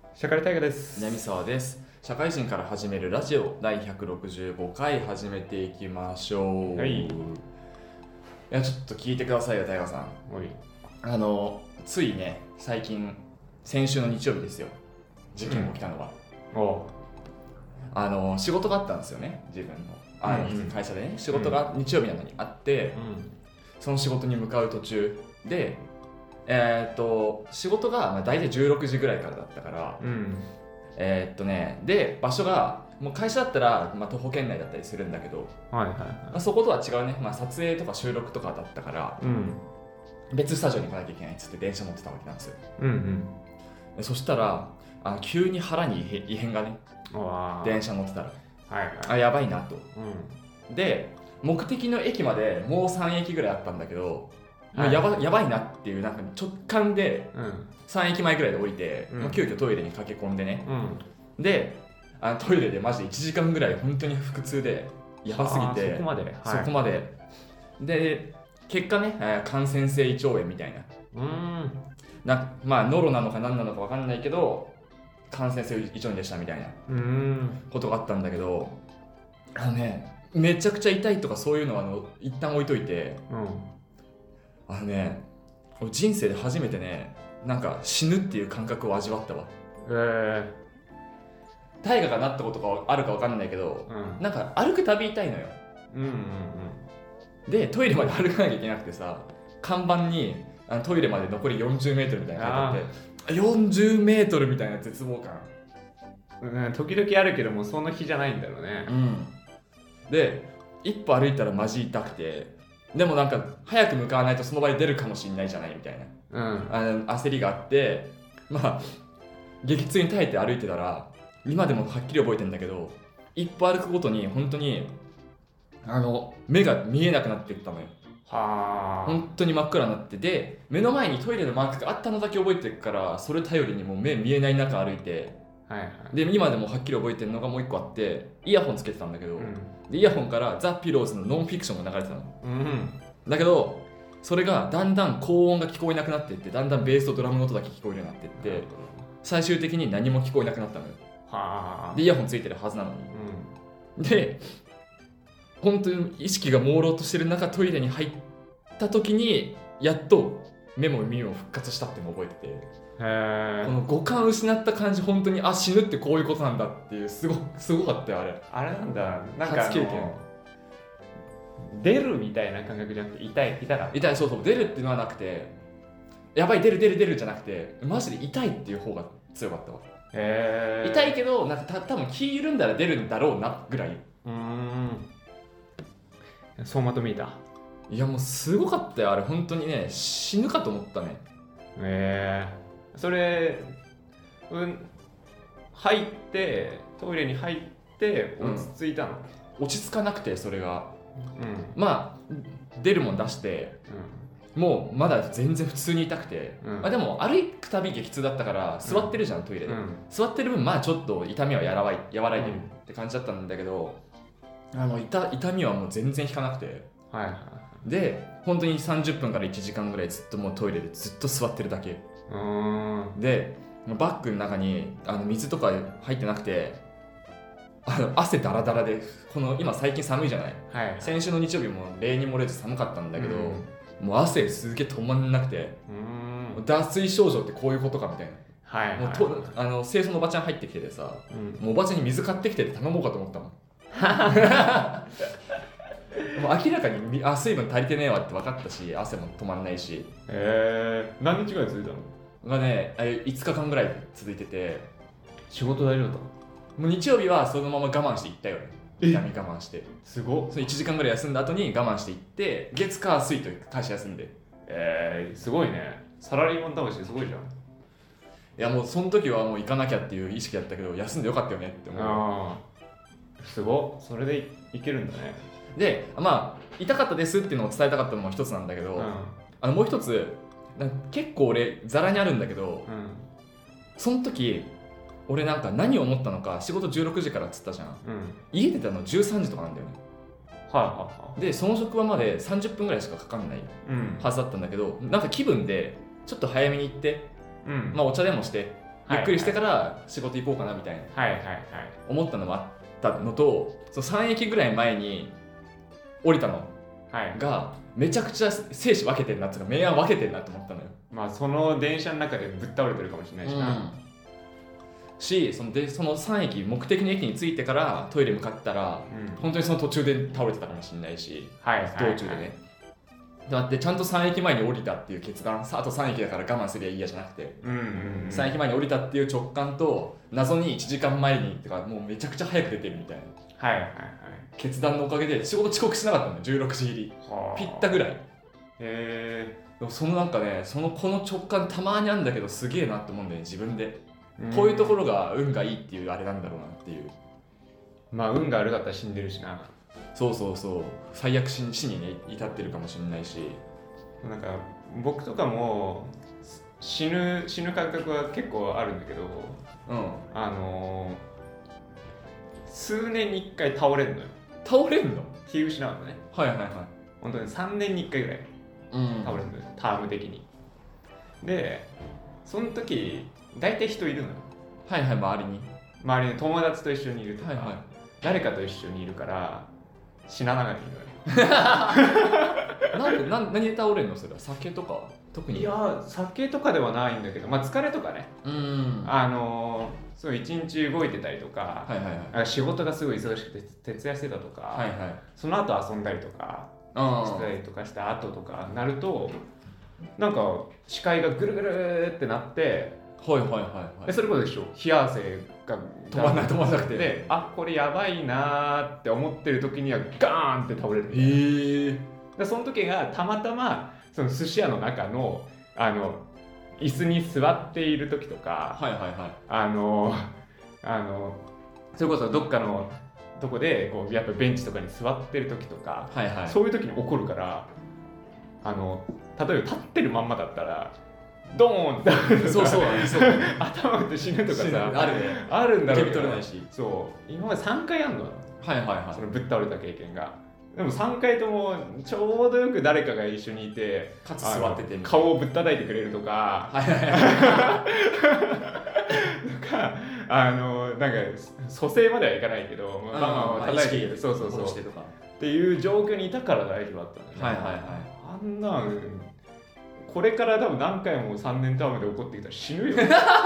シャカリ大河です。 南沢です。社会人から始めるラジオ第165回始めていきましょう。 はい。 いや、ちょっと聞いてくださいよ、大河さん。 おい。 ついね、最近、先週の日曜日ですよ。事件が起きたのは。仕事があったんですよね、自分の。会社でね、仕事が日曜日なのにあって、その仕事に向かう途中で、仕事が大体16時ぐらいからだったから、で、場所が、もう会社だったら、徒歩圏内だったりするんだけど、そことは違うね、撮影とか収録とかだったから、別スタジオに行かなきゃいけないっつって電車乗ってたわけなんですよ。そしたら、急に腹に異変がね、電車乗ってたら、やばいなと。で、目的の駅までもう3駅ぐらいあったんだけど、やばいなっていうなんか直感で3駅前ぐらいで降りて、急遽トイレに駆け込んでね、でトイレでマジで1時間ぐらい本当に腹痛でやばすぎて、そこまでで結果ね、感染性胃腸炎みたいな、ノロなのか何なのか分かんないけど感染性胃腸炎でしたみたいなことがあったんだけど、めちゃくちゃ痛いとかそういうのは一旦置いといて、俺人生で初めてね、なんか死ぬっていう感覚を味わったわ。大河がなったことがあるか分かんないけど、なんか歩くたび痛いのよ。でトイレまで歩かなきゃいけなくてさ、看板にトイレまで残り40メートルみたいなの書いてあって、40メートルみたいな絶望感、 時々あるけどもその日じゃないんだろうね。 で一歩歩いたらマジ痛くて、でもなんか早く向かわないとその場で出るかもしれないじゃないみたいな、焦りがあって、激痛に耐えて歩いてたら、今でもはっきり覚えてんだけど、一歩歩くごとに本当に目が見えなくなっていったのよ。本当に真っ暗になって、で目の前にトイレのマークがあったのだけ覚えてるから、それ頼りにもう目見えない中歩いて、で今でもはっきり覚えてるのがもう一個あって、イヤホンつけてたんだけど、でイヤホンからザ・ピローズのノンフィクションが流れてたの、だけどそれがだんだん高音が聞こえなくなっていって、だんだんベースとドラムの音だけ聞こえるようになっていって、最終的に何も聞こえなくなったのよ。でイヤホンついてるはずなのに、で本当に意識が朦朧としてる中トイレに入った時にやっと目も耳も復活したってのを覚えてて、この五感失った感じ、本当に死ぬってこういうことなんだっていう、すごかったよあれなんだ、なんか初経験。 出るみたいな感覚じゃなくて痛い、 そう出るっていうのはなくて、やばい出るじゃなくて、マジで痛いっていう方が強かったわ。痛いけどなんか多分気緩んだら出るんだろうなぐらい。 走馬灯見た。 いやもうすごかったよあれ、本当にね、死ぬかと思ったね。 それ、入ってトイレに入って落ち着いたの？ 落ち着かなくて、それが、出るもん出して、もうまだ全然普通に痛くて、でも歩くたび激痛だったから座ってるじゃん、トイレで、座ってる分ちょっと痛みは和らいでるって感じだったんだけど、痛みはもう全然引かなくて、で本当に30分から1時間ぐらいずっともうトイレでずっと座ってるだけで、バッグの中に水とか入ってなくて、汗だらだらで、今最近寒いじゃない、先週の日曜日も例に漏れず寒かったんだけど、もう汗すげえ止まんなくて、脱水症状ってこういうことかみたいな、清掃のおばちゃん入ってきててさ、もうおばちゃんに水買ってきてって頼もうかと思ったもんもう明らかに水分足りてねえわって分かったし、汗も止まんないし。 何日ぐらい続いたの？ がね、5日間ぐらい続いてて。 仕事大丈夫だった？ もう日曜日はそのまま我慢して行ったよね。痛み我慢して。 すごっ。 1時間ぐらい休んだ後に我慢して行って、月火水と会社休んで。 すごいね。サラリーマン魂すごいじゃん。 いやもうその時はもう行かなきゃっていう意識だったけど、休んでよかったよねって思う。 すごっ。それでいけるんだね。 で痛かったですっていうのを伝えたかったのも一つなんだけど、もう一つ結構俺ザラにあるんだけど、その時俺なんか何を思ったのか、仕事16時からっつったじゃん、家出たの13時とかなんだよね。でその職場まで30分ぐらいしかかかんないはずだったんだけど、なんか気分でちょっと早めに行って、お茶でもしてゆっくりしてから仕事行こうかなみたいな、 はいはいはい、 思ったのもあったのと、その3駅ぐらい前に降りたのがめちゃくちゃ生死分けてるなっていうか明暗分けてるなと思ったのよ。 まあその電車の中でぶっ倒れてるかもしれないしな、 その3駅目的の駅に着いてからトイレ向かったら、本当にその途中で倒れてたかもしれないし、道中でね。だってちゃんと3駅前に降りたっていう決断、あと3駅だから我慢すりゃいいやじゃなくて、3駅前に降りたっていう直感と謎に1時間前にとかもうめちゃくちゃ早く出てるみたいな、決断のおかげで仕事遅刻しなかったのよ。16時入りピッタぐらい。そのなんかね、この直感たまにあるんだけどすげえなって思うんだよね、自分で。こういうところが運がいいっていうあれなんだろうなっていう。 まあ運が悪かったら死んでるしな。 そう最悪死にね至ってるかもしれないし、 なんか僕とかも死ぬ感覚は結構あるんだけど、数年に1回倒れるのよ。 倒れんの？ 気失うのね。本当に3年に1回ぐらい倒れるのよ、ターム的に。でその時大体人いるのよ。周りに友達と一緒にいるとか、誰かと一緒にいるから死なながらいいのよ。 何で倒れるの？それは酒とか特に？ いや酒とかではないんだけど、まあ疲れとかね、そう一日動いてたりとか、仕事がすごい忙しくて徹夜してたとか、その後遊んだりとかしたりとかした後とかなると、なんか視界がぐるぐるってなって、それこそでしょ、冷や汗が止まんなくて、 で、あ、これやばいなーって思ってる時にはガーンって倒れる。でその時がたまたまその寿司屋の中の椅子に座っている時とか、それこそどっかのとこでこうやっぱベンチとかに座ってる時とか、そういう時に起こるから、例えば立ってるまんまだったらドーンって頭打って死ぬとかさ、あるんだろうけど、そう今まで3回あるのよ、そのぶっ倒れた経験が。でも3回ともちょうどよく誰かが一緒にいて、 かつ座ってて顔をぶったたいてくれるとか、なんか蘇生まではいかないけど、叩いてくれる、っていう状況にいたから大丈夫だったんだよね。あんなこれから多分何回も3年タームで起こってきたら死ぬよ。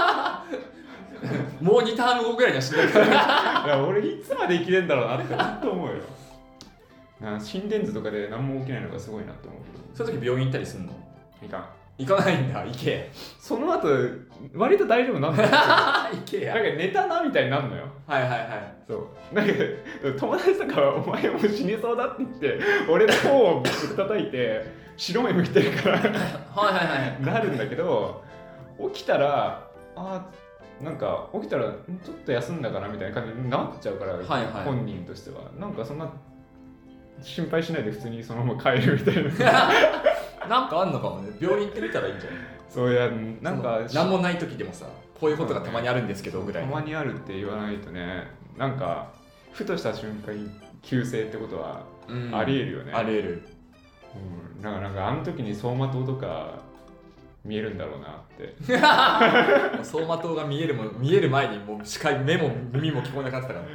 もう2ターム後ぐらいには死ぬけどいや俺いつまで生きれんだろうなって本当思うよ。心電図とかで何も起きないのがすごいなって思うけど。 そういう時病院行ったりすんの？ 行かないんだ。 行け。 その後割と大丈夫なんだよ。 行けや。 なんか寝たなみたいになるのよ。そうなんか友達とかはお前もう死にそうだって言って俺の方をぶったたいて白目向いてるからなるんだけど、起きたらなんか起きたらちょっと休んだかなみたいな感じになっちゃうから、本人としてはなんかそんな心配しないで普通にそのまま帰るみたいななんかあんのかもね。病院行ってみたらいいんじゃない？ そうや、なんか何もない時でもさ、こういうことがたまにあるんですけどぐらい、 たまにあるって言わないとね、なんかふとした瞬間に急性ってことはありえるよね。 ありえる。 なんかあの時に走馬灯とか見えるんだろうなって走馬灯が見える前にもう視界、目も耳も聞こえなかったから、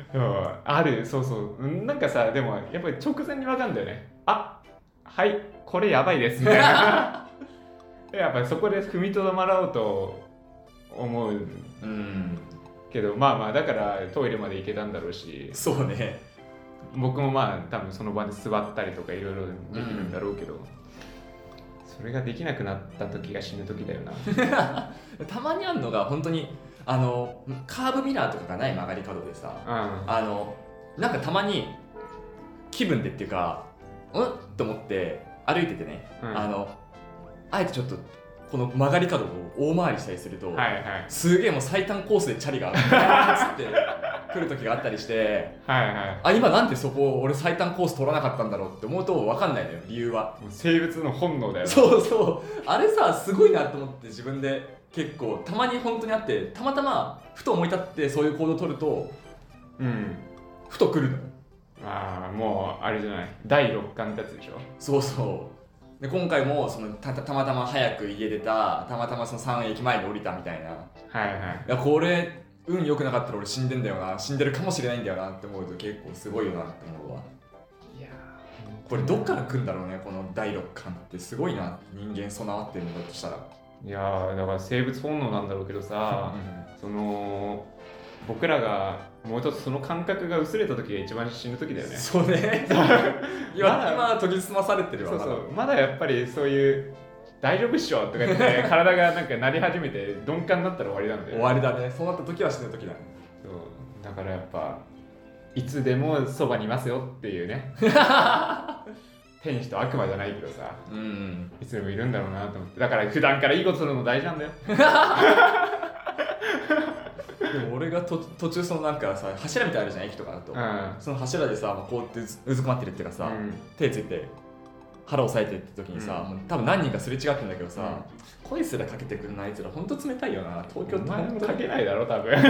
ある。なんかさ、でもやっぱり直前に分かるんだよね。はいこれやばいですみたいなやっぱりそこで踏みとどまろうと思うけど、まあだからトイレまで行けたんだろうし、 そうね、 僕もまあ多分その場で座ったりとかいろいろできるんだろうけど、それができなくなった時が死ぬ時だよなたまにあるのが本当にカーブミラーとかがない曲がり角でさ、なんかたまに気分でっていうかと思って歩いててね、あえてちょっとこの曲がり角を大回りしたりすると、すげえもう最短コースでチャリがつって来る時があったりして今なんでそこを俺最短コース取らなかったんだろうって思うと分かんないのよ、理由は。 生物の本能だよ。 あれさすごいなと思って、自分で結構たまに本当にあって、たまたまふと思い立ってそういう行動を取るとふと来るのよ。 もうあれじゃない、第六感ってやつでしょ。 で今回もそのたまたま早く家出た、たまたまその3駅前に降りたみたいな。 はいはい。 いやこれ運良くなかったら俺死んでんだよな、死んでるかもしれないんだよなって思うと結構すごいよなって思うわ。いやこれどっから来るんだろうね、この第六感ってすごいな、人間備わってるんだとしたら。 いやだから生物本能なんだろうけどさ、その僕らがもうちょっとその感覚が薄れた時が一番死ぬ時だよね。 そうね今研ぎ澄まされてるわ。 そうそうまだやっぱりそういう大丈夫っしょとか言って体がなんか鳴り始めて鈍感になったら終わりなんだよ、 終わりだね。そうなった時は死ぬ時だね。 そうだからやっぱいつでもそばにいますよっていうね天使と悪魔じゃないけどさ、いつでもいるんだろうなと思って。だから普段からいいことするの大事なんだよでも俺が途中そのなんかさ、柱みたいなのあるじゃん、駅とかだと、その柱でさ、こうやってうずくまってるっていうかさ、手ついて腹押さえてって時にさ、もう多分何人かすれ違ってんだけどさ、声すらかけてくるのあいつらほんと冷たいよな。東京ってお前もかけないだろ多分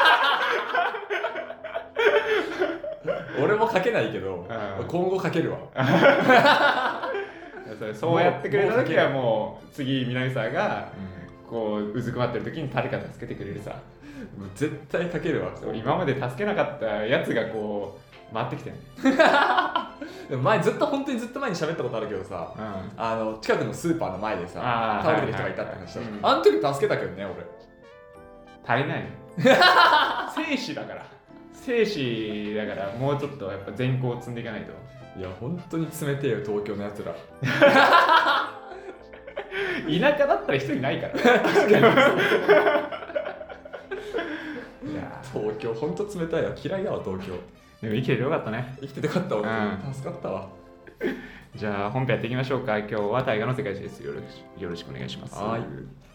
俺もかけないけど、今後かけるわそうやってくれた時はもう次南沢がこううずくまってる時に誰か助けてくれるさ。 もう絶対かけるわ。 今まで助けなかったやつがこう回ってきてるでも前本当にずっと前に喋ったことあるけどさ、近くのスーパーの前でさ倒れてる人がいたって話した。あの時助けたけどね俺。足りない生死だからもうちょっとやっぱ善行を積んでいかないと。 いや本当に冷てえよ東京のやつら田舎だったら一人いないから確かにいや東京本当冷たいわ。嫌いだわ東京。 でも生きててよかったね。 生きててよかったわ、助かったわ。 じゃあ本編やっていきましょうか。今日は大河の世界史です。よろしくお願いします。 はい。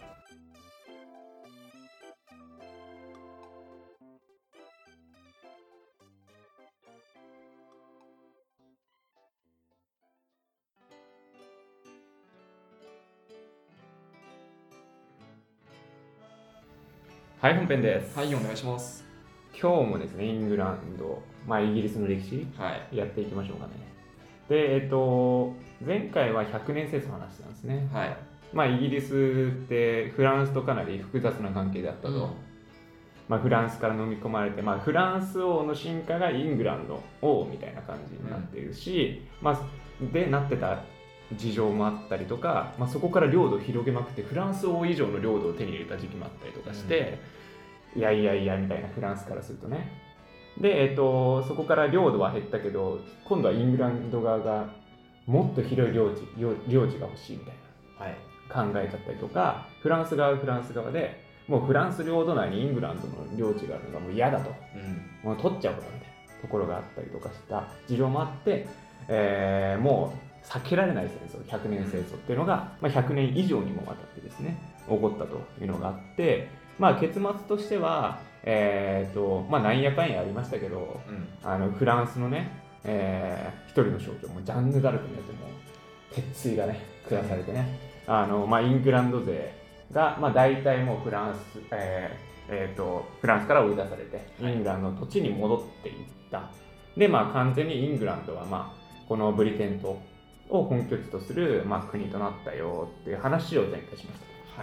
はい、本編です。 はい、お願いします。 今日もですね、イングランド、イギリスの歴史、やっていきましょうかね。で、前回は100年戦争の話したんですね。イギリスってフランスとかなり複雑な関係だったと。フランスから飲み込まれて、フランス王の進化がイングランド王みたいな感じになっているし、でなってた事情もあったりとか、そこから領土を広げまくってフランス王以上の領土を手に入れた時期もあったりとかして、いやみたいな、フランスからするとね。で、そこから領土は減ったけど、今度はイングランド側がもっと広い領地が欲しいみたいな、考えちゃったりとか、フランス側はフランス側でもうフランス領土内にイングランドの領地があるのがもう嫌だと、もう取っちゃうからみたいなところがあったりとかした事情もあって、もう避けられない戦争、100年戦争っていうのが、100年以上にもわたってですね起こったというのがあって、結末としては、なんやかんやありましたけど、フランスのね、一人の少女、もジャンヌ・ダルクによっても鉄槌がね下されてね、イングランド勢が、大体もうフランスから追い出されてイングランドの土地に戻っていった。で、完全にイングランドは、このブリテン島を本拠地とする、国となったよっていう話を前回しました。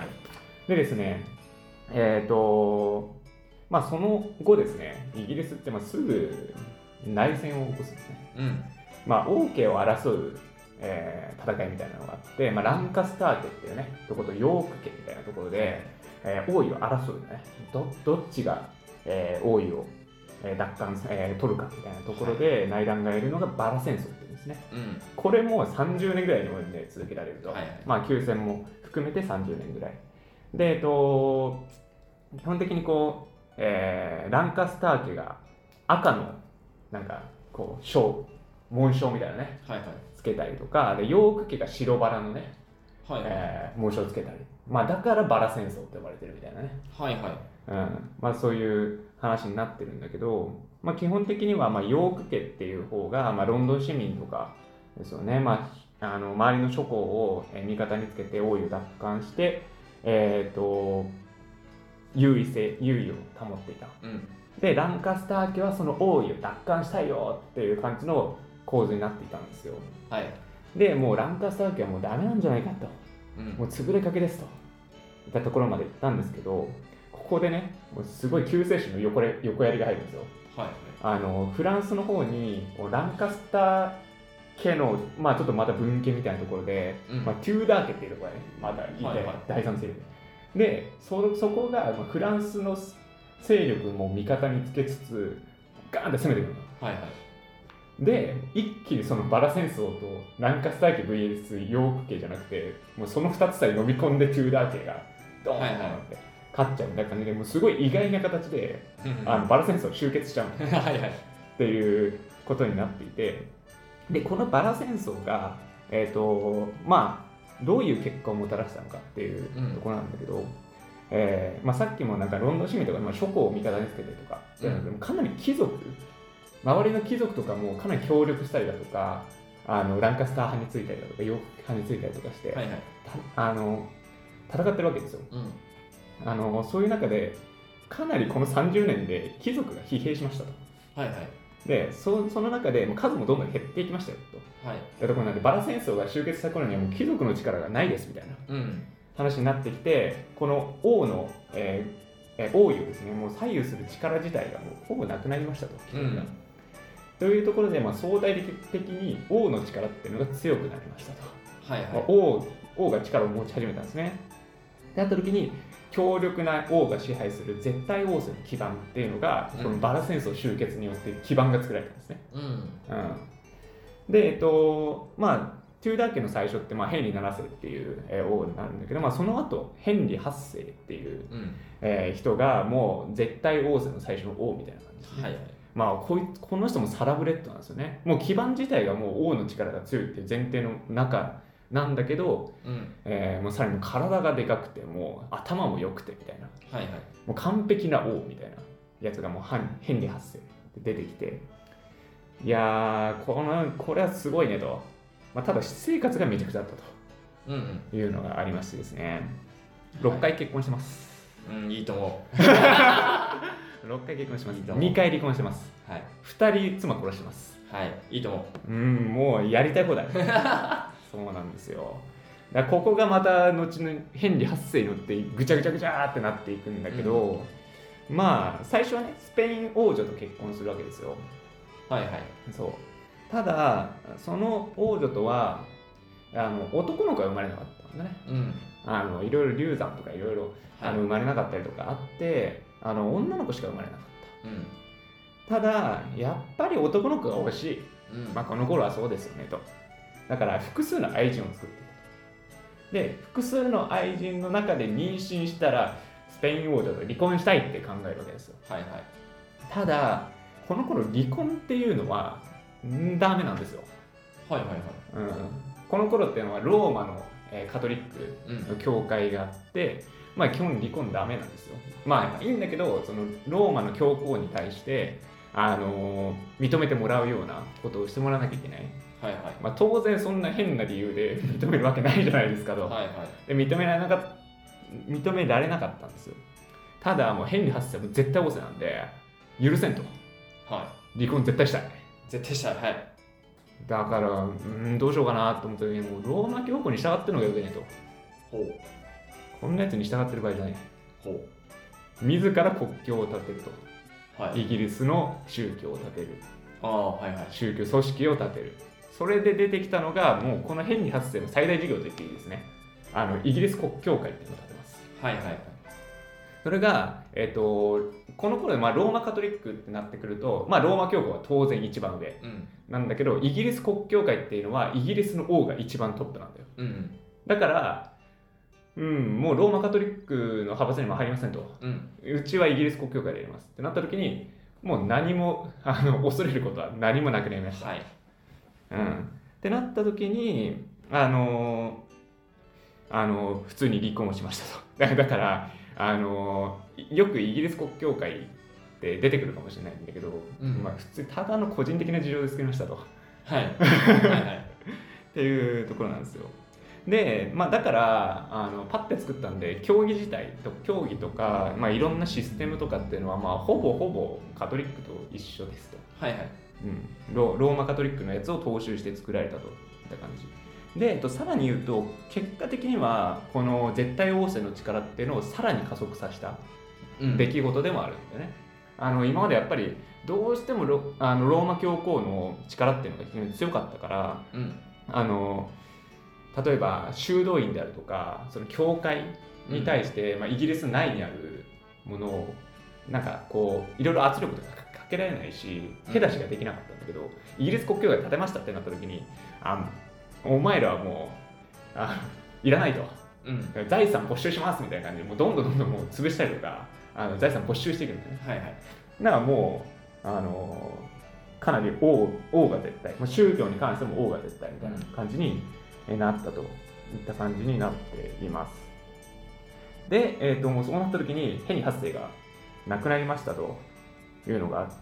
でですね、その後ですね、イギリスってすぐ内戦を起こすんですね。王家を争う、戦いみたいなのがあって、ランカスター家っていうねところとヨーク家みたいなところで、王位を争うね、どっちが、王位を奪還、取るかみたいなところで内乱がいるのがバラ戦争っていうんですね。これも30年ぐらいに及んで続けられると、休戦も含めて30年ぐらいで、基本的にこう、ランカスター家が赤のなんかこう紋章みたいなね、つけたりとかで、ヨーク家が白バラのね、紋章をつけたり、だからバラ戦争って呼ばれてるみたいなね、そういう話になってるんだけど、基本的にはヨーク家っていう方が、ロンドン市民とかですよね、周りの諸侯を味方につけて王位を奪還して、優位を保っていた。で、ランカスター家はその王位を奪還したいよっていう感じの構図になっていたんですよ。 でもうランカスター家はもうダメなんじゃないかと、もう潰れかけですといったところまで行ったんですけど、ここでねもうすごい救世主の横やりが入るんですよ。フランスの方にランカスター家の、ちょっとまた分家みたいなところで、テューダー家っていうところがねまだいて、第三勢力で、そこがフランスの勢力も味方につけつつガーンって攻めてくるの。で一気にそのバラ戦争とランカスター家 VS ヨーク家じゃなくて、もうその2つさえ飲み込んでテューダー家がドーンって勝っちゃうみたいな感じで、もうすごい意外な形で、バラ戦争終結しちゃうっていうことになっていて、でこのバラ戦争がどういう結果をもたらしたのかっていうところなんだけど、さっきもなんかロンドン市民とか諸侯を味方につけてとか、かなり貴族、周りの貴族とかもかなり協力したりだとか、ランカスター派についたりだとかヨーク派についたりとかして、戦ってるわけですよ。そういう中でかなりこの30年で貴族が疲弊しましたと。でその中で数もどんどん減っていきましたよと。というところなんで、バラ戦争が終結した頃にはもう貴族の力がないですみたいな話になってきて、この王の、王位をですねもう左右する力自体がもうほぼなくなりましたと。というところで、相対的に王の力っていうのが強くなりましたと。王が力を持ち始めたんですね。であった時に強力な王が支配する絶対王政の基盤っていうのが、このバラ戦争終結によって基盤が作られたんですね。でテューダー家の最初ってヘンリー7世っていう王になるんだけど、その後ヘンリー8世っていう、人がもう絶対王政の最初の王みたいな感じですね。この人もサラブレッドなんですよね。もう基盤自体がもう王の力が強いっていう前提の中なんだけど、もうさらに体がでかくてもう頭も良くてみたいな、もう完璧な王みたいなやつがもうヘンリー8世で出てきて、いやーこれはすごいねと。ただ私生活がめちゃくちゃだったというのがありましてですね、6回結婚してます。 いいと思う。 6回結婚してます。2回離婚してます。2人妻殺してます。 いいと思う。 もうやりたい放題。そうなんですよ。だからここがまた後のヘンリー8世によってぐちゃぐちゃぐちゃってなっていくんだけど、最初はねスペイン王女と結婚するわけですよ。そう。ただその王女とは男の子が生まれなかったんだね。いろいろ流産とかいろいろ生まれなかったりとかあって、女の子しか生まれなかった。ただやっぱり男の子が欲しい。この頃はそうですよねと。だから複数の愛人を作っていた。で複数の愛人の中で妊娠したらスペイン王女と離婚したいって考えるわけですよ。ただこの頃離婚っていうのはダメなんですよ。この頃っていうのはローマのカトリックの教会があって、基本離婚ダメなんですよ。いいんだけど、そのローマの教皇に対して認めてもらうようなことをしてもらわなきゃいけない。当然そんな変な理由で認めるわけないじゃないですかと。で認められなかったんですよ。ただもうヘンリー8世は絶対王政なんで許せんと。離婚絶対したい。だからどうしようかなと思った時に、もうローマ教皇に従ってるのがよくねと。こんなやつに従ってる場合じゃない。自ら国境を立てると。イギリスの宗教を立てる。宗教組織を立てる。それで出てきたのがもうこのヘンリー8世の最大事業と言っていいですね。イギリス国教会っていうのを立てます。それが、この頃でローマカトリックってなってくると、ローマ教皇は当然一番上なんだけど、イギリス国教会っていうのはイギリスの王が一番トップなんだよ。だから、もうローマカトリックの派閥にも入りませんと。うちはイギリス国教会でやりますってなった時に、もう何も恐れることは何もなくなりました。ってなった時に普通に離婚をしましたと。だからよくイギリス国教会って出てくるかもしれないんだけど、普通ただの個人的な事情で作りましたと。っていうところなんですよ。で、だからパッて作ったんで、競技とか、いろんなシステムとかっていうのはほぼカトリックと一緒ですと。ローマカトリックのやつを踏襲して作られたといった感じで、さらに言うと結果的にはこの絶対王政の力っていうのをさらに加速させた出来事でもあるんだよね。今までやっぱりどうしてもローマ教皇の力っていうのが非常に強かったから、例えば修道院であるとかその教会に対して、イギリス内にあるものをなんかこういろいろ圧力とかかけられないし手出しができなかったんだけど、イギリス国境が建てましたってなった時にお前らはもういらないと、財産没収しますみたいな感じでもうどんどんもう潰したりとか財産没収していくんだよね。だからもうかなり王が絶対、宗教に関しても王が絶対みたいな感じになったといった感じになっています。で、もうそうなった時にヘニ8世が亡くなりましたというのがあって、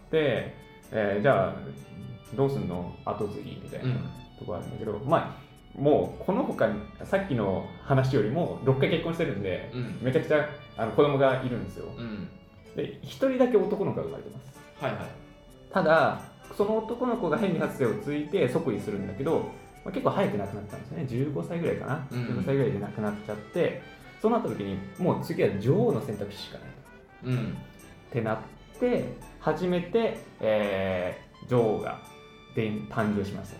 じゃあどうすんの後継ぎみたいなところあるんだけど、もうこの他にさっきの話よりも6回結婚してるんで、めちゃくちゃ子供がいるんですよ。で1人だけ男の子が生まれてます。ただその男の子がヘンリー8世を継いで即位するんだけど、結構早く亡くなったんですね。15歳ぐらいかな、15歳ぐらいで亡くなっちゃって、そうなった時にもう次は女王の選択肢しかないと、ってなって初めて、女王が誕生しました。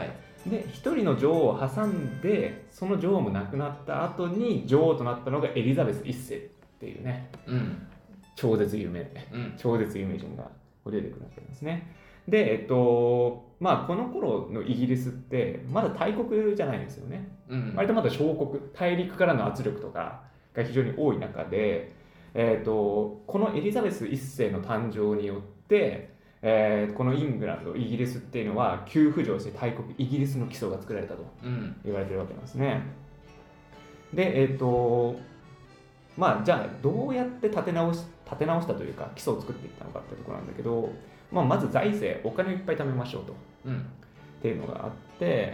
で1人の女王を挟んでその女王も亡くなった後に女王となったのがエリザベス1世っていうね、超絶有名人が出てくるわけですね。で、この頃のイギリスってまだ大国じゃないんですよね。割とまだ小国、大陸からの圧力とかが非常に多い中で、このエリザベス1世の誕生によって、このイングランド、イギリスっていうのは急浮上して大国イギリスの基礎が作られたと言われてるわけなんですね。で、じゃあどうやって立て直したというか基礎を作っていったのかってところなんだけど、まず財政、お金をいっぱい貯めましょうと、っていうのがあって、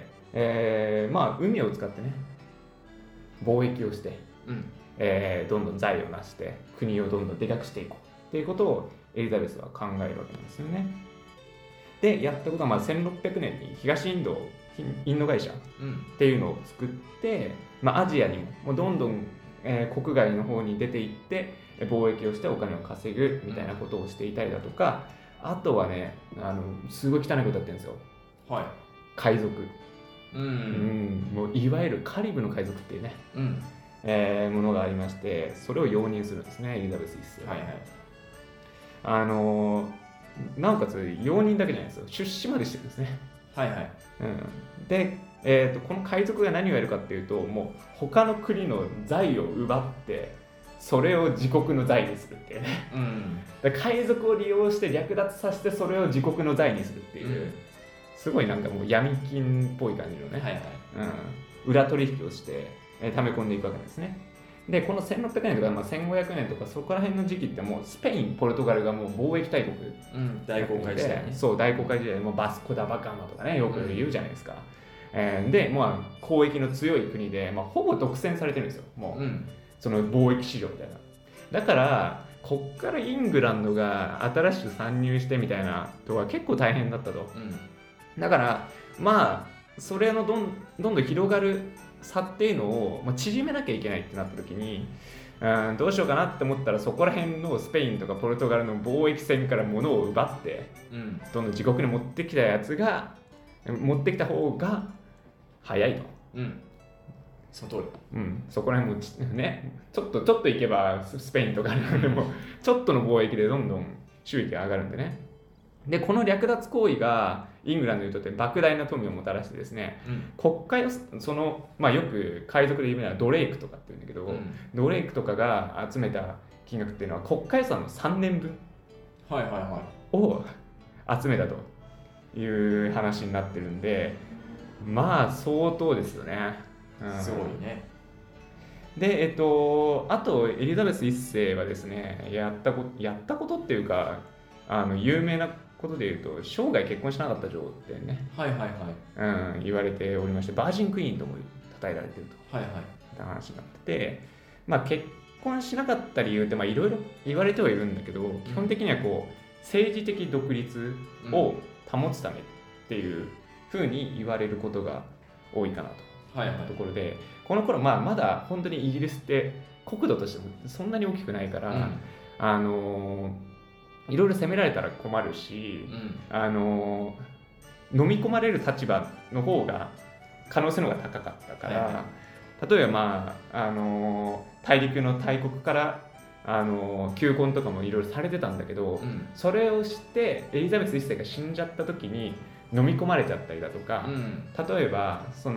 海を使ってね貿易をして、どんどん財を成して国をどんどんでかくしていこうっていうことをエリザベスは考えるわけなんですよね。でやったことは1600年に東インド会社っていうのを作って、アジアにもどんどん国外の方に出ていって貿易をしてお金を稼ぐみたいなことをしていたりだとか、あとはねすごい汚いことやってるんですよ。海賊、もういわゆるカリブの海賊っていうね、ものがありまして、それを容認するんですねエリザベス1世。なおかつ容認だけじゃないですよ、出資までしてるんですね。で、この海賊が何をやるかっていうと、もう他の国の財を奪ってそれを自国の財にするっていうね、だから海賊を利用して略奪させてそれを自国の財にするっていう、すごいなんかもう闇金っぽい感じのね、裏取引をして溜め込んでいくわけですね。でこの1600年とか、1500年とかそこら辺の時期ってもうスペイン、ポルトガルがもう貿易大国、 大航海時代ね。 そう、大航海時代、もうバスコ・ダ・バガマとかねよく言うじゃないですか。で交易の強い国で、ほぼ独占されてるんですよ、もう、その貿易市場みたいな。だからこっからイングランドが新しく参入してみたいなとは結構大変だったと。だからそれのどんどん広がる差っていうのを縮めなきゃいけないってなった時に、どうしようかなって思ったら、そこら辺のスペインとかポルトガルの貿易船から物を奪って、どんどん自国に持ってきた方が早いと。 その通り。 そこら辺もね、ちょっと行けばスペインとかでもちょっとの貿易でどんどん収益が上がるんでね。でこの略奪行為がイングランドにとって莫大な富をもたらしてですね、国家よく海賊で有名なドレイクとかっていうんだけど、ドレイクとかが集めた金額っていうのは国家予算の3年分を集めたという話になってるんで、相当ですよね。 すごいね。 であとエリザベス1世はですね、やったことっていうか有名なことでいうと、生涯結婚しなかった女王ってね、言われておりまして、バージンクイーンとも称えられているという話になってて、結婚しなかった理由っていろいろ言われてはいるんだけど、基本的には政治的独立を保つためっていうふうに言われることが多いかなと。 ところで、この頃まだ本当にイギリスって国土としてもそんなに大きくないから、いろいろ攻められたら困るし、飲み込まれる立場の方が可能性の方が高かったから、例えば大陸の大国から求婚とかもいろいろされてたんだけど、それをしてエリザベス1世が死んじゃった時に飲み込まれちゃったりだとか、例えば死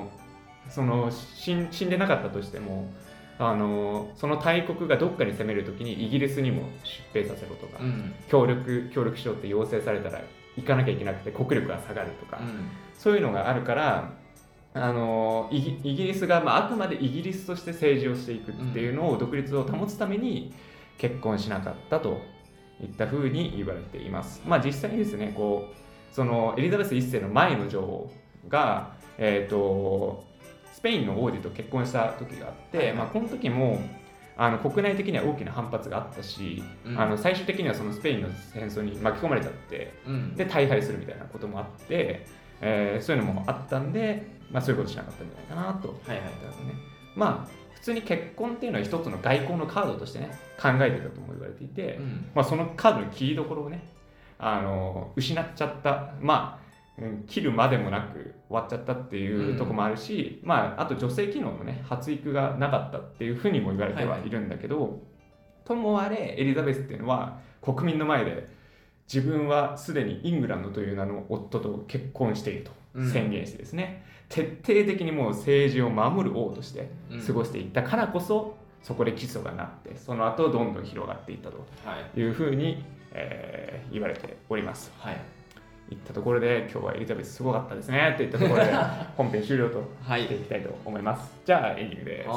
んでなかったとしてもその大国がどっかに攻める時にイギリスにも出兵させろとか、協力しようって要請されたら行かなきゃいけなくて国力が下がるとか、そういうのがあるからイギリスが、あくまでイギリスとして政治をしていくっていうのを、独立を保つために結婚しなかったといったふうに言われています。実際にですね、そのエリザベス1世の前の女王が、スペインの王子と結婚した時があって、この時も国内的には大きな反発があったし、最終的にはそのスペインの戦争に巻き込まれちゃって、で大敗するみたいなこともあって、そういうのもあったんで、そういうことしなかったんじゃないかなと。普通に結婚っていうのは一つの外交のカードとしてね考えてたとも言われていて、そのカードの切りどころをね失っちゃった、切るまでもなく終わっちゃったっていうところもあるし、あと女性機能のね発育がなかったっていうふうにも言われてはいるんだけど、ともあれエリザベスっていうのは国民の前で自分はすでにイングランドという名の夫と結婚していると宣言してですね、徹底的にもう政治を守る王として過ごしていったからこそ、そこで基礎がなって、その後どんどん広がっていったというふうに、言われております。いったところで今日はエリザベスすごかったですねといったところで本編終了としていきたいと思います。じゃあエンディングです。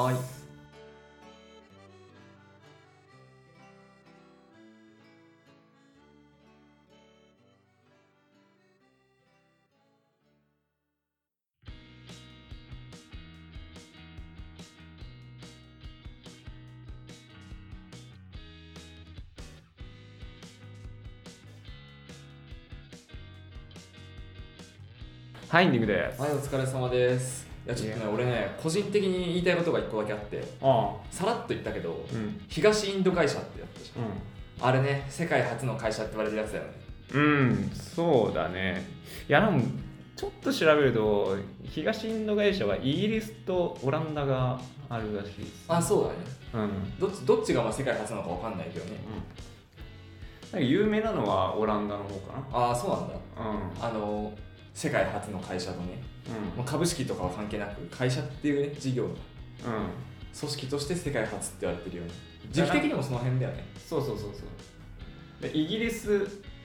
はい、エンディングです。 はい、お疲れ様です。いやちょっとね、俺ね、個人的に言いたいことが1個だけあって、さらっと言ったけど、東インド会社ってやったじゃん。あれね、世界初の会社って言われるやつだよね。 そうだね。いや、でもちょっと調べると、東インド会社はイギリスとオランダがあるらしいです。 そうだね。どっちが世界初なのか分かんないけどね。 なんか有名なのはオランダの方かな。 そうなんだ。世界初の会社とね、株式とかは関係なく会社っていうね事業の、組織として世界初って言われてるよね。時期的にもその辺だよね。 そうでイギリス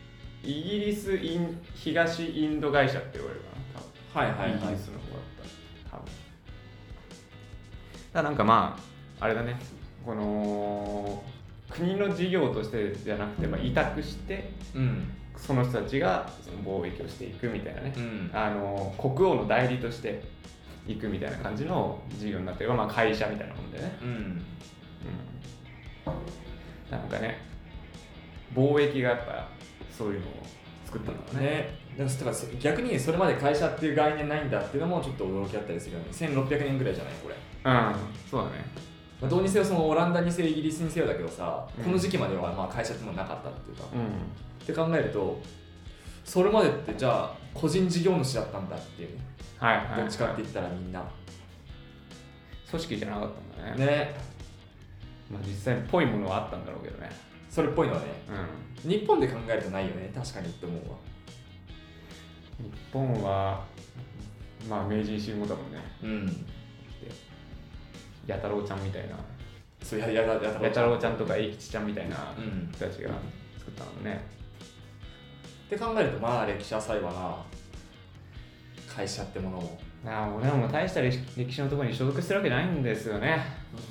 東インド会社って言われるかな。イギリスの方だったら多分。なんかあれだね、この国の事業としてじゃなくて、委託して、その人たちがその貿易をしていくみたいなね、国王の代理としていくみたいな感じの事業になっている、会社みたいなもんでね、なんかね、貿易がやっぱそういうのを作ったんだね。 だから逆にそれまで会社っていう概念ないんだっていうのもちょっと驚きあったりするよね。1600年ぐらいじゃないこれ。 そうだね。 どうにせよそのオランダにせよイギリスにせよだけどさ、この時期までは会社ってもなかったっていうか、って考えるとそれまでってじゃあ個人事業主だったんだっていうね。どっちかって言ったらみんな組織じゃなかったんだね。実際っぽいものはあったんだろうけどね。 それっぽいのはね、日本で考えるとないよね、確かにって思うわ。 日本は明治維新後だもんね。弥太郎ちゃんみたいな、 そう弥太郎ちゃんとか英吉ちゃんみたいな人たちが作ったのね。 って考えると歴史浅いわな、会社ってものも。 俺らも大した歴史のところに所属してるわけないんですよね。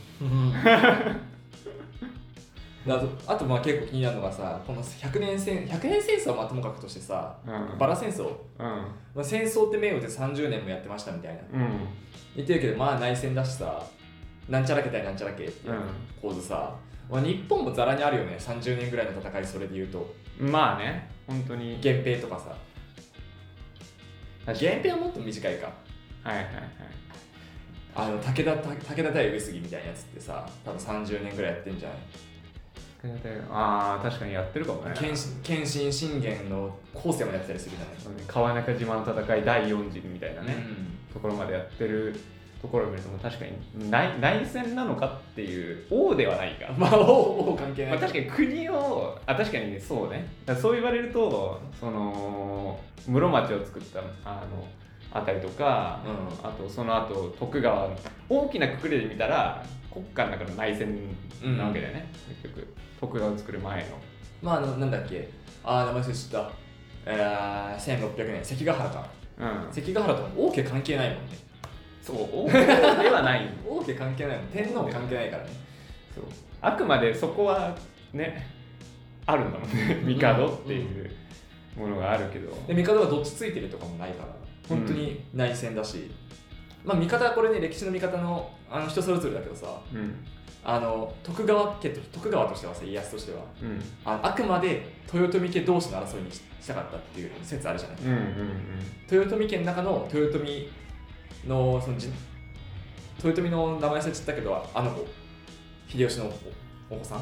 あと結構気になるのがさ、この100年戦争はともかくとしてさ、バラ戦争、戦争って銘打って30年もやってましたみたいな、言ってるけど内戦だしさ、なんちゃらけ対なんちゃらけっていう構図さ、日本もざらにあるよね、30年ぐらいの戦い。それで言うと本当に源平とかさ、源平はもっと短いか。 武田対上杉みたいなやつってさ、多分30年ぐらいやってんじゃない？ ああ、確かにやってるかもね。 謙信信玄の後世までやったりするじゃない。 川中島の戦い第4次みたいなね、ところまでやってるところを見ると、確かに内戦なのかっていう、王ではないか。 まあ王関係ない。 確かに国を、確かにそうね。そう言われると、その室町を作ったあたりとか、あとその後徳川、大きな括りで見たら国家の中の内戦なわけだよね、結局徳川を作る前の。 まあなんだっけ、名前知った、1600年関ヶ原か、関ヶ原と王家関係ないもんね。 そう王家ではない王家関係ないもん、天皇関係ないからね。 そう、あくまでそこはねあるんだもんね帝っていうものがあるけど、 で帝はどっちついてるとかもないから本当に内戦だし、まあ味方はこれね、歴史の味方の人それぞれだけどさ、徳川としてはさ、家康としては、あくまで豊臣家同士の争いにしたかったっていう説あるじゃない。豊臣家の中の豊臣の豊臣の名前忘れちゃったけど、子秀吉のお子さん、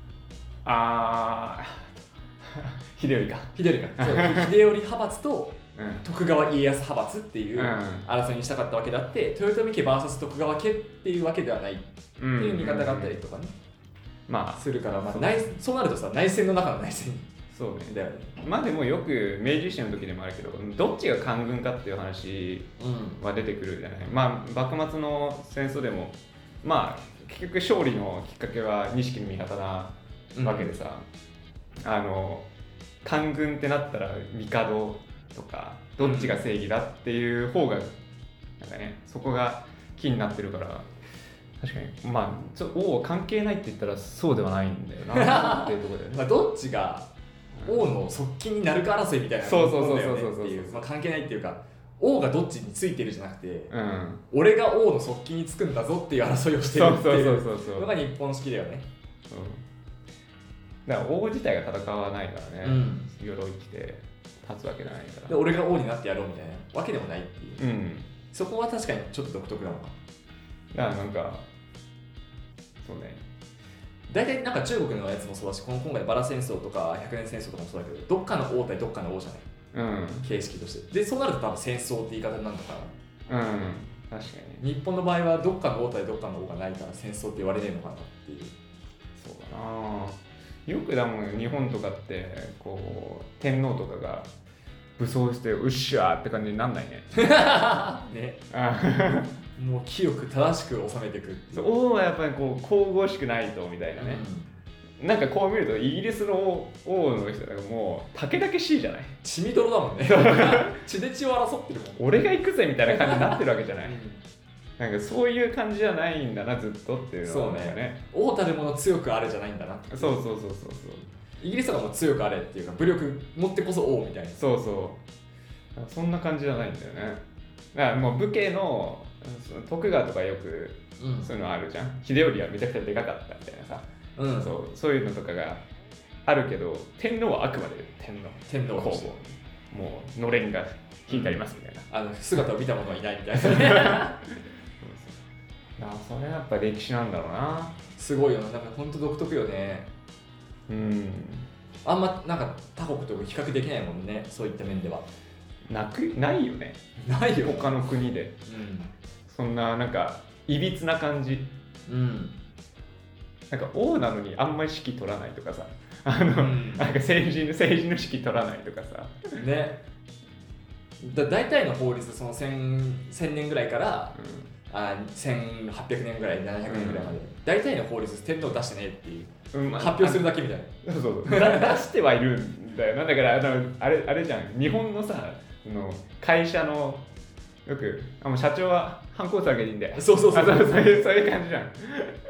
秀頼かそう秀頼派閥と徳川家康派閥っていう争いにしたかったわけであって、豊臣家 VS 徳川家っていうわけではないっていう見方があったりとかね、まあするから、そうなるとさ、内戦の中の内戦そうねだよね。まあでもよく明治維新の時でもあるけど、どっちが官軍かっていう話は出てくるじゃない。まあ幕末の戦争でもまあ結局勝利のきっかけは錦の味方なわけでさ、官軍ってなったら帝とかどっちが正義だっていう方がなんかね、そこが気になってるから、確かにまあ王関係ないって言ったらそうではないんだよなっていうところで、ね、 まあどっちが王の側近になるか争いみたいなものだよねっていう、関係ないっていうか、王がどっちについてるじゃなくて、俺が王の側近につくんだぞっていう争いをしてるっていうのが日本式だよね。だから王自体が戦わないからね、鎧着て立つわけじゃないから、 で俺が王になってやろうみたいなわけでもないっていう、そこは確かにちょっと独特なのか。 だからなんかそうね、 大体なんか中国のやつもそうだし、今回バラ戦争とか百年戦争とかもそうだけど、どっかの王対どっかの王じゃない、形式として。でそうなると多分戦争って言い方になるのかな。 確かに日本の場合はどっかの王対どっかの王がないから戦争って言われねえのかなっていう。 そうだな、よくだもん日本とかってこう天皇とかが武装してうっしゃーって感じになんないねねもう清く正しく収めていくっていう。 王はやっぱりこう神々しくないとみたいなね、なんかこう見るとイギリスの王の人がもうたけだけしいじゃない、 血みどろだもんね血で血を争ってるもん。 俺が行くぜみたいな感じになってるわけじゃない、なんかそういう感じじゃないんだなずっとっていうのはね、 王たるもの強くあれじゃないんだな。 そうイギリスとかも強くあれっていうか、武力持ってこそ王みたいな。 そんな感じじゃないんだよね。だからもう武家の徳川とかよくそういうのあるじゃん、秀頼はめちゃくちゃでかかったみたいなさ、そういうのとかがあるけど、天皇はあくまで天皇皇后、もうのれんが引いてありますみたいな、 姿を見た者はいないみたいなそれはやっぱ歴史なんだろうな。 すごいよな、なんか本当独特よね。あんまなんか他国と比較できないもんね、そういった面では。 ないよね。 ないよ他の国で、そんななんかいびつな感じ、なんか王なのにあんまり指揮取らないとかさ、なんか政治の指揮取らないとかさね。大体の法律、その1000年ぐらいから、1800年ぐらい、700年ぐらいまで、大体の法律天皇出してねっていう、発表するだけみたいな。 出してはいるんだよな。だからあれじゃん、日本のさ、会社のよく社長は反抗されていいんで、そういう感じじゃん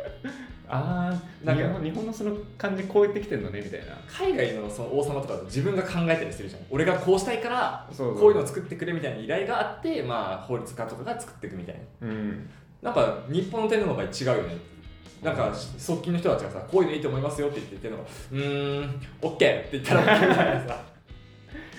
なんか日本のその感じこうやってきてるのねみたいな。 海外のその王様とかだと自分が考えたりするじゃん。俺がこうしたいからこういうのを作ってくれみたいな依頼があって、法律家とかが作っていくみたいな、なんか日本の天皇の場合違うよね。なんか側近の人たちがさ、こういうのいいと思いますよって言ってるのがオッケーって言ったらみたいなさ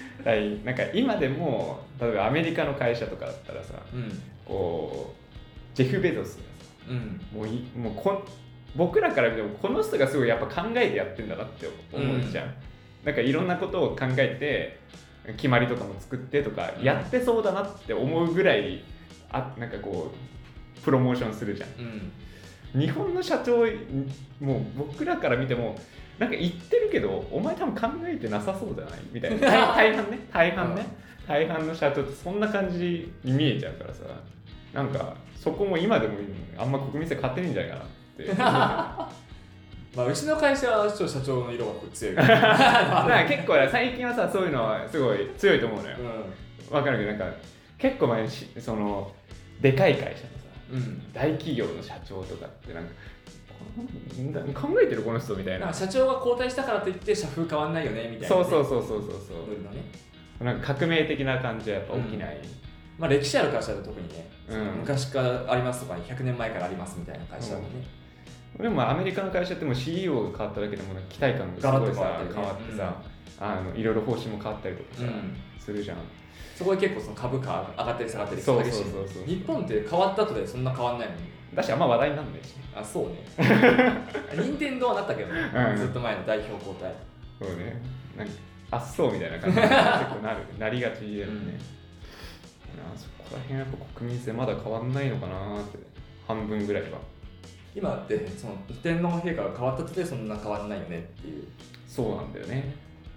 なんか今でも例えばアメリカの会社とかだったらさ、こうジェフ・ベゾスがさ、もう僕らから見てもこの人がすごいやっぱ考えてやってんだなって思うじゃん、なんかいろんなことを考えて決まりとかも作ってとかやってそうだなって思うぐらいなんかこうプロモーションするじゃん、日本の社長もう僕らから見てもなんか言ってるけどお前多分考えてなさそうじゃないみたいな大半の社長ってそんな感じに見えちゃうからさ、なんかそこも今でもあんま国民性買ってないんじゃないかなってまあうちの会社は社長の色が強いだから結構最近はさそういうのはすごい強いと思うのよ、分かるけどなんか結構前にそのでかい会社のさ、大企業の社長とかってなんか考えてるこの人みたいな、 社長が交代したからといって社風変わんないよねみたいな、ね、 そうなんか革命的な感じはやっぱ起きない、 まあ歴史ある会社だと特にね、昔からありますとか100年前からありますみたいな会社だもんね、 でもアメリカの会社ってもう CEO が変わっただけでも期待感がすごいさ変わってさ、いろいろ方針も変わったりとかさ、するじゃん。 そこで結構その株価上がったり下がったりするし、日本って変わった後でそんな変わんないもんね。 だしあんま話題になんないし、 あ、そうね任天堂はなったけどね、ずっと前の代表交代。 そうね、なんかあっそうみたいな感じに結構なりがちだよね、そこら辺やっぱ国民性まだ変わんないのかなって、半分ぐらいは。 今ってその天皇陛下が変わったとでそんな変わんないよねっていう。 そうなんだよね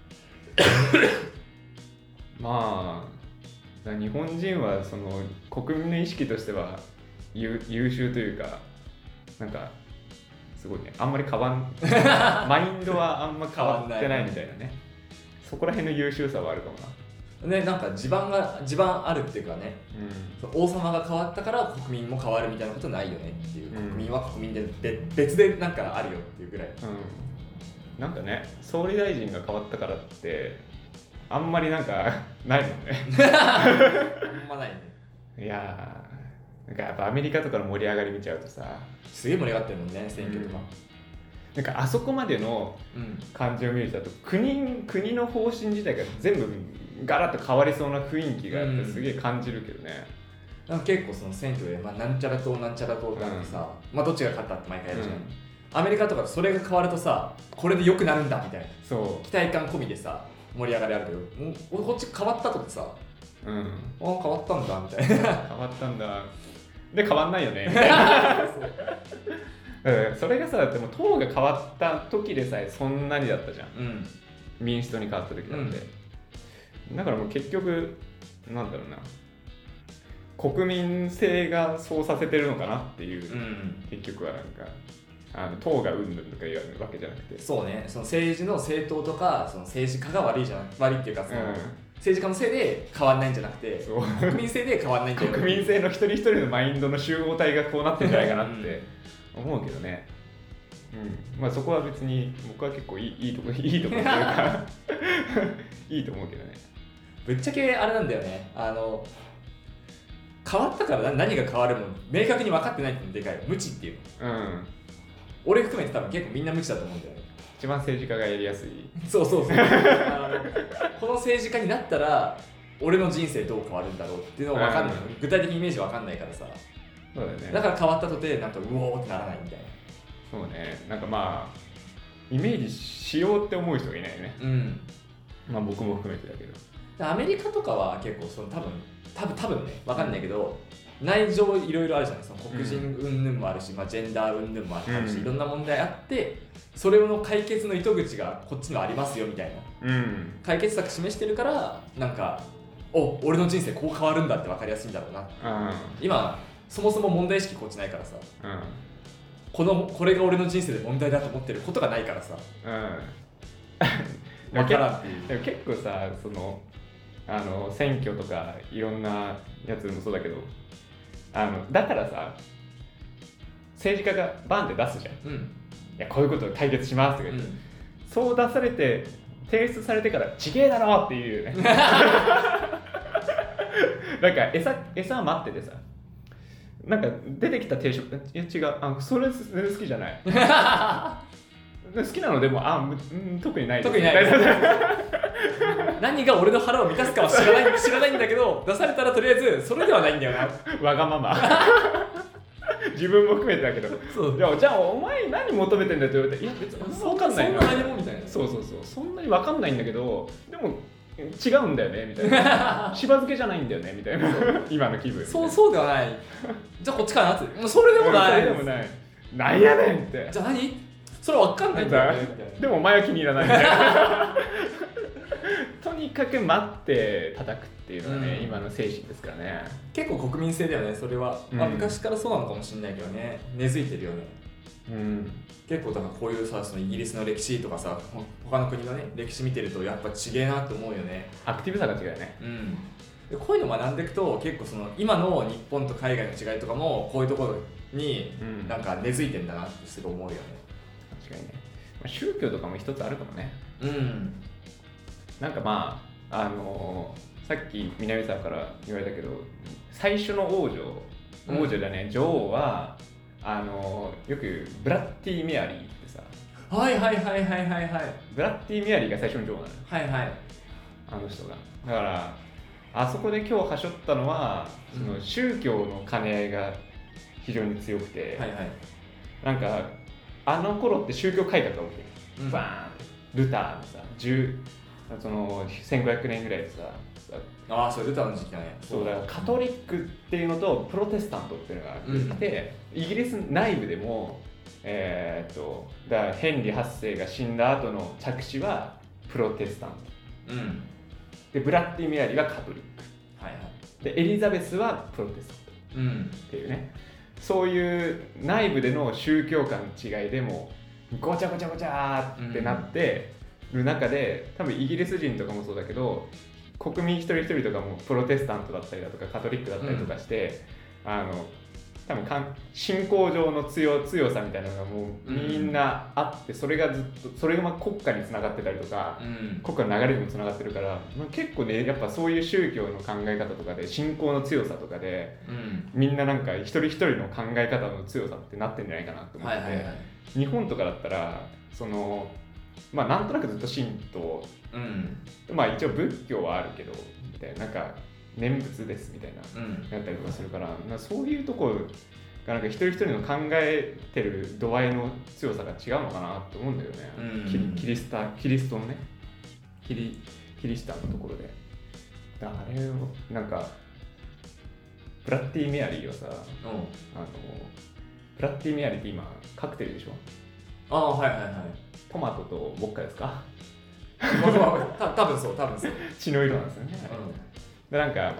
まあ日本人はその国民の意識としては優秀というか、なんかすごいね、あんまりマインドはあんま変わってないみたいなねそこら辺の優秀さはあるかもな。 ね、なんか地盤あるっていうかね、王様が変わったから国民も変わるみたいなことないよねっていう、国民は国民で別でなんかあるよっていうぐらい、 なんかね、総理大臣が変わったからってあんまりなんかないもんねあんまないね。 いやー、なんかやっぱアメリカとかの盛り上がり見ちゃうとさ、 すげえ盛り上がってるもんね、選挙とか、 なんかあそこまでの感じを見ると、国の方針自体が全部ガラッと変わりそうな雰囲気がやっぱすげえ感じるけどね、 なんか結構その選挙で、なんちゃら党なんちゃら党ってあってさ、どっちが勝ったって毎回やるじゃん、アメリカとかそれが変わるとさ、これで良くなるんだみたいな、そう期待感込みでさ盛り上がりあるけど、もうこっち変わったとってさ、変わったんだみたいな変わったんだで変わんないよねみたいなそれがさ、でも党が変わった時でさえそんなにだったじゃん、民主党に変わった時だって、だからもう結局なんだろうな、国民性がそうさせてるのかなっていう、結局はなんか党がうんぬんとか言われるわけじゃなくて、 そうね、その政治の政党とかその政治家が悪いっていうか、その、政治家のせいで変わんないんじゃなくて、国民性で変わんないんだよ国民性の一人一人のマインドの集合体がこうなってんじゃないかなって思うけどね、まあそこは別に僕は結構いいところというかいいと思うけどね。 ぶっちゃけあれなんだよね、変わったから何が変わるの明確に分かってないってのでかい、無知っていうの、俺含めて多分結構みんな無知だと思うんだよね。 一番政治家がやりやすい。 そうこの政治家になったら俺の人生どう変わるんだろうっていうのは分かんない、具体的イメージ分かんないからさ、 そうだよね、 だから変わったとてなんかうおーってならないみたいな。 そうね、なんかまあイメージしようって思う人がいないよね、まあ僕も含めてだけど、 アメリカとかは結構その多分ね分かんないけど、内情いろいろあるじゃない、その黒人云々もあるし、ジェンダー云々もあるし、いろんな問題あって、それの解決の糸口がこっちのありますよみたいな、解決策示してるから、なんか俺の人生こう変わるんだって分かりやすいんだろうな、今そもそも問題意識こっちないからさ、これが俺の人生で問題だと思ってることがないからさ、分からんっていう。 でも結構さ、その選挙とかいろんなやつもそうだけど、だからさ、政治家がバンって出すじゃん、いやこういうことを解決しますとか言って、そう出されて提出されてからちげえだろっていうねなんか餌待っててさ、なんか出てきた定食、いや違う、それ好きじゃない好きなのでも特にないです、 何が俺の腹を満たすかは知らないんだけど、出されたらとりあえずそれではないんだよなわがまま自分も含めてだけど、じゃあお前何求めてんだって言われて、いや別に分かんないな、 そんな何もみたいな。 そうそんなに分かんないんだけど、でも違うんだよねみたいなしば漬けじゃないんだよねみたいな今の気分。 そうではない。じゃあこっちかなって。もうそれでもない。 それでもない。なんやねんって。 じゃあ何？それ分かんないんだよねみたいな。 でもお前は気に入らないみたいな。とにかく待って叩くっていうのがね、今の精神ですからね。 結構国民性だよね、それは。昔からそうなのかもしれないけどね、根付いてるよね。結構だからこういうさ、そのイギリスの歴史とかさ、他の国のね歴史見てるとやっぱ違えなって思うよね。 アクティブさが違うよね。 でこういうの学んでいくと結構その今の日本と海外の違いとかもこういうところになんか根付いてんだなってすごい思うよね。 確かにね。宗教とかも一つあるかもね。なんかまあさっき南沢から言われたけど、最初の王女じゃね、女王はよくブラッティ・メアリーってさ、 はいブラッティ・メアリーが最初の女王なのよ。あの人が。だからあそこで今日はしょったのは、その宗教の兼ね合いが非常に強くて、なんかあの頃って宗教改革が起きてる。バーンってルターのさその1500年ぐらいでさ、 それルターの時期だね。 そうだからカトリックっていうのとプロテスタントっていうのがあって、イギリス内部でもだからヘンリー8世が死んだ後の着手はプロテスタント、でブラッディ・メアリーがカトリック、でエリザベスはプロテスタント、っていうね、そういう内部での宗教観の違いでもごちゃごちゃってなってる中で、多分イギリス人とかもそうだけど、国民一人一人とかもプロテスタントだったりだとかカトリックだったりとかして、多分信仰上の強さみたいなのがもうみんなあって、それがずっとそれが国家につながってたりとか、国家の流れにもつながってるから、結構ねやっぱそういう宗教の考え方とかで信仰の強さとかで、みんななんか一人一人の考え方の強さってなってんじゃないかなと思ってて、日本とかだったらそのなんとなくずっと神道、一応仏教はあるけどみたいな、なんか念仏ですみたいな、やったりとかするから、そういうところがなんか一人一人の考えてる度合いの強さが違うのかなって思うんだよね。キリストのね、キリシタンのところで。あれをなんかブラッティ・メアリーはさ、ブラッティ・メアリーって今カクテルでしょ。トマトとボッカですか。 多分そう血の色なんですよね。でなんか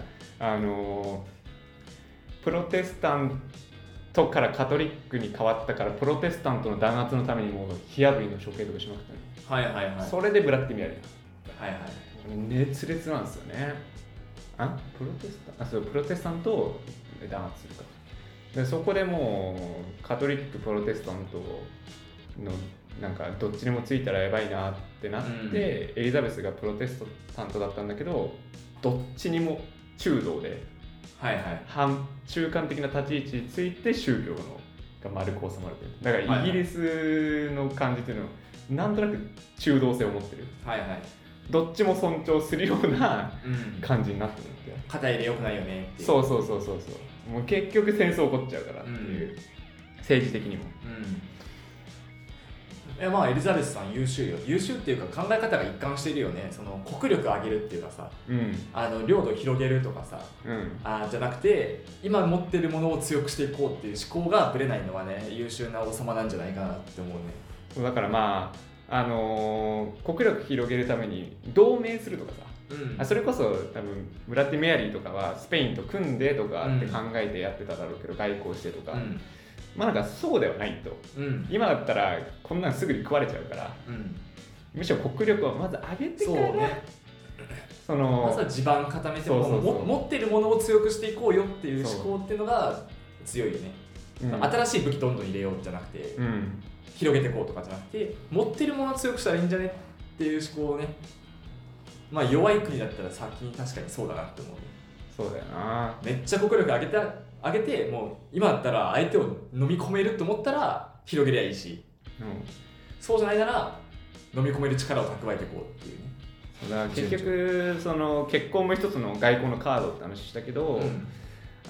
プロテスタントからカトリックに変わったから、プロテスタントの弾圧のためにもう火あぶりの処刑とかしまくったの。それでブラッティ・メアリー熱烈なんですよね。プロテスタントを弾圧するか。でそこでもうカトリックプロテスタントのなんかどっちにもついたらやばいなってなって、エリザベスがプロテスタントだったんだけど、どっちにも中道で、中間的な立ち位置について宗教が丸く収まるという。だからイギリスの感じっていうのはなんとなく中道性を持ってる、どっちも尊重するような感じになってるんで、 肩入れ良くないよねっていう。 そうもう結局戦争起こっちゃうからっていう、政治的にも。 エリザベスさん優秀よ。優秀っていうか考え方が一貫しているよね。その国力上げるっていうかさ、領土を広げるとかさ、じゃなくて今持ってるものを強くしていこうっていう思考がぶれないのはね、優秀な王様なんじゃないかなって思うね。 だから国力広げるために同盟するとかさ、それこそ多分ブラッディ・メアリーとかはスペインと組んでとかって考えてやってただろうけど、外交してとか、なんかそうではないと、今だったらこんなんすぐに食われちゃうから、むしろ国力をまず上げてから、 まずは地盤固めて持ってるものを強くしていこうよっていう思考っていうのが強いよね。新しい武器どんどん入れようじゃなくて、広げていこうとかじゃなくて、持ってるものを強くしたらいいんじゃねっていう思考をね、弱い国だったら先に確かにそうだなって思う。 そうだよな。 めっちゃ国力上げて、もう今だったら相手を飲み込めると思ったら広げりゃいいし、そうじゃないなら飲み込める力を蓄えていこうっていうね。 だから結局その結婚も一つの外交のカードって話したけど、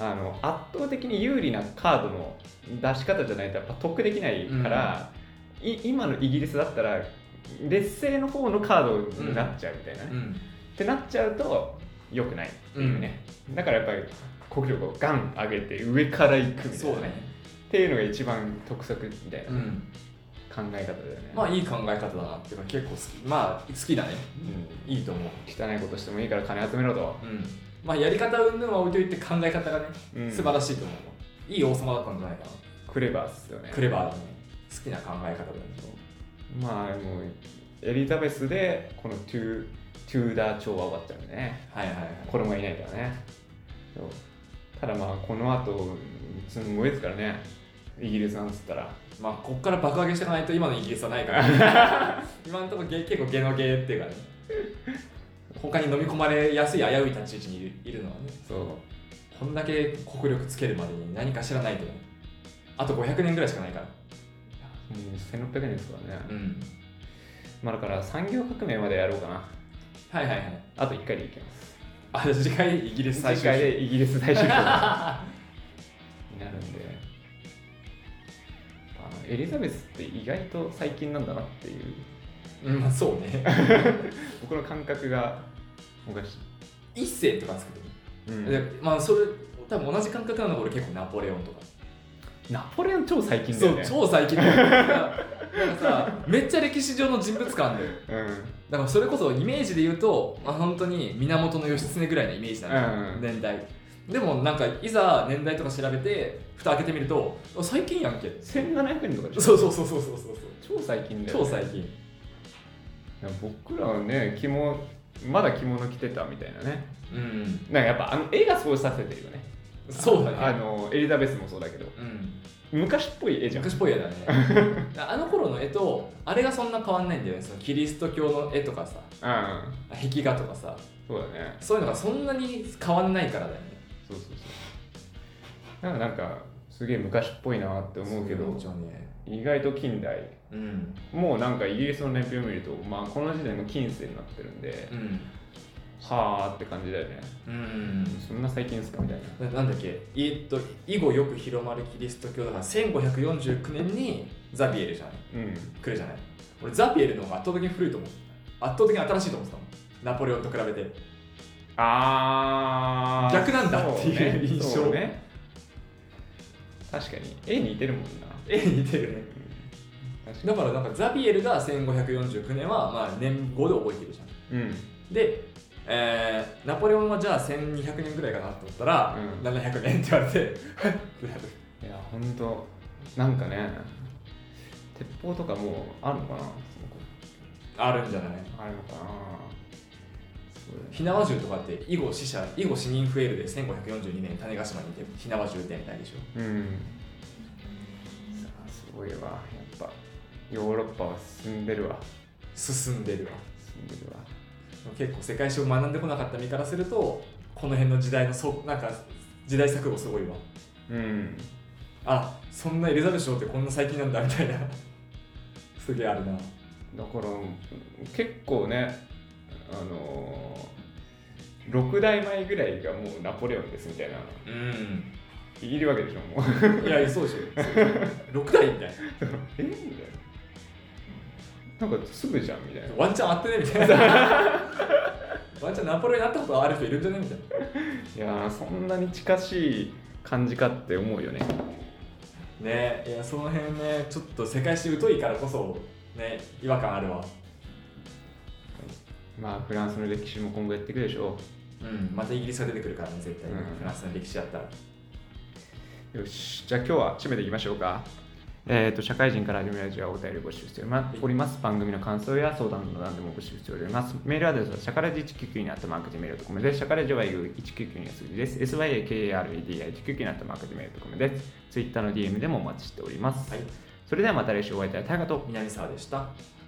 圧倒的に有利なカードの出し方じゃないとやっぱ得できないから、今のイギリスだったら劣勢の方のカードになっちゃうみたいな、ってなっちゃうと良くないっていうね、だからやっぱり国力をガン上げて上から行くみたいな、ね、っていうのが一番得策みたいな、考え方だよね。 まあいい考え方だなっていうか結構好き、まあ好きだね、いいと思う。 汚いことしてもいいから金集めろと、 まあやり方云々は置いといて考え方がね、素晴らしいと思う。いい王様だったんじゃないかな。 クレバーっすよね。 クレバーだね。好きな考え方だね。 まあもうエリザベスでこのトゥーダー朝は終わっちゃうんでね。子供がいないからね。ただまあこの後すごいですからね、イギリスなんつったら。 まあこっから爆上げしていかないと今のイギリスはないから今のところ結構ゲノゲーっていうかね、他に飲み込まれやすい危うい立ち位置にいるのはね。 そう、 こんだけ国力つけるまでに何か知らないとね、あと500年ぐらいしかないから。 1600年ですからね。まあだから産業革命までやろうかな。あと1回でいきます。 次回イギリス最終章。次回でイギリス最終章になるんで、エリザベスって意外と最近なんだなっていう。 まあそうね。 僕の感覚がおかしい。 一世とかつくとね。まあそれ多分同じ感覚なのが俺結構ナポレオンとか。 ナポレオン超最近だよね。 そう超最近だよ。なんかさ、めっちゃ歴史上の人物感で。だからそれこそイメージで言うと、本当に源義経ぐらいのイメージなんだよ、年代。でもなんかいざ年代とか調べて蓋開けてみると最近やんけ。 1700年とかでしょ。 そう超最近だよ、 超最近。 僕らはね、まだ着物着てたみたいなね。なんかやっぱ絵がそうさせてるよね。 そうだね。 エリザベスもそうだけど、昔っぽい絵じゃん。 昔っぽい絵だね。あの頃の絵とあれがそんな変わんないんだよね。そのキリスト教の絵とかさ、壁画とかさ、 そうだね。 そういうのがそんなに変わんないからだよね。 なんかすげえ昔っぽいなって思うけど、意外と近代、もうなんかイギリスの年表を見ると、まあこの時代の近世になってるんで、はーって感じだよね。そんな最近ですかみたいな。 なんだっけ、以後よく広まるキリスト教だから1549年にザビエルじゃない、来るじゃない。俺ザビエルの方が圧倒的に古いと思う。圧倒的に新しいと思ってたもん、ナポレオンと比べて。逆なんだっていう印象ね。 確かに絵に似てるもんな。 絵に似てるね。だからなんかザビエルが1549年はまあ年号で覚えてるじゃん。で、ナポレオンはじゃあ1200年ぐらいかなと思ったら、700年って言われていやほんとなんかね、鉄砲とかもうあるのかな。 あるんじゃない。 あるのかな。 火縄銃とかって以後死人増えるで1542年種子島にいて火縄銃撃てみたいでしょ。 すごいわ。やっぱヨーロッパは進んでるわ。結構世界史を学んでこなかった身からするとこの辺の時代のなんか時代錯誤すごいわ。そんなエリザベス女王ってこんな最近なんだみたいなすげえあるな。 だから結構ね、6代前ぐらいがもうナポレオンですみたいな、いるわけでしょもう。 いやそうでしょ。6代みたいな。 みたいな。なんかすぐじゃんみたいな。 ワンチャンあってねみたいな。ワンチャンナポレオンになったことある人いるんじゃねみたいな。いやそんなに近しい感じかって思うよね。 ね、いやその辺ね、ちょっと世界史疎いからこそね、違和感あるわ。 まあフランスの歴史も今後やっていくでしょう。またイギリスが出てくるからね、絶対に、フランスの歴史だったら。 よし、じゃあ今日は締めていきましょうか。社会人から始めるラジオはお便り募集しております。番組の感想や相談の欄でも募集しております。メールアドレスはシャカラジ199@gmail.com です。シャカラジは199の数字です。SYAKARADI199@gmail.com です。Twitter の DM でもお待ちしております。それではまた来週お会いいたい。タイガと南沢でした。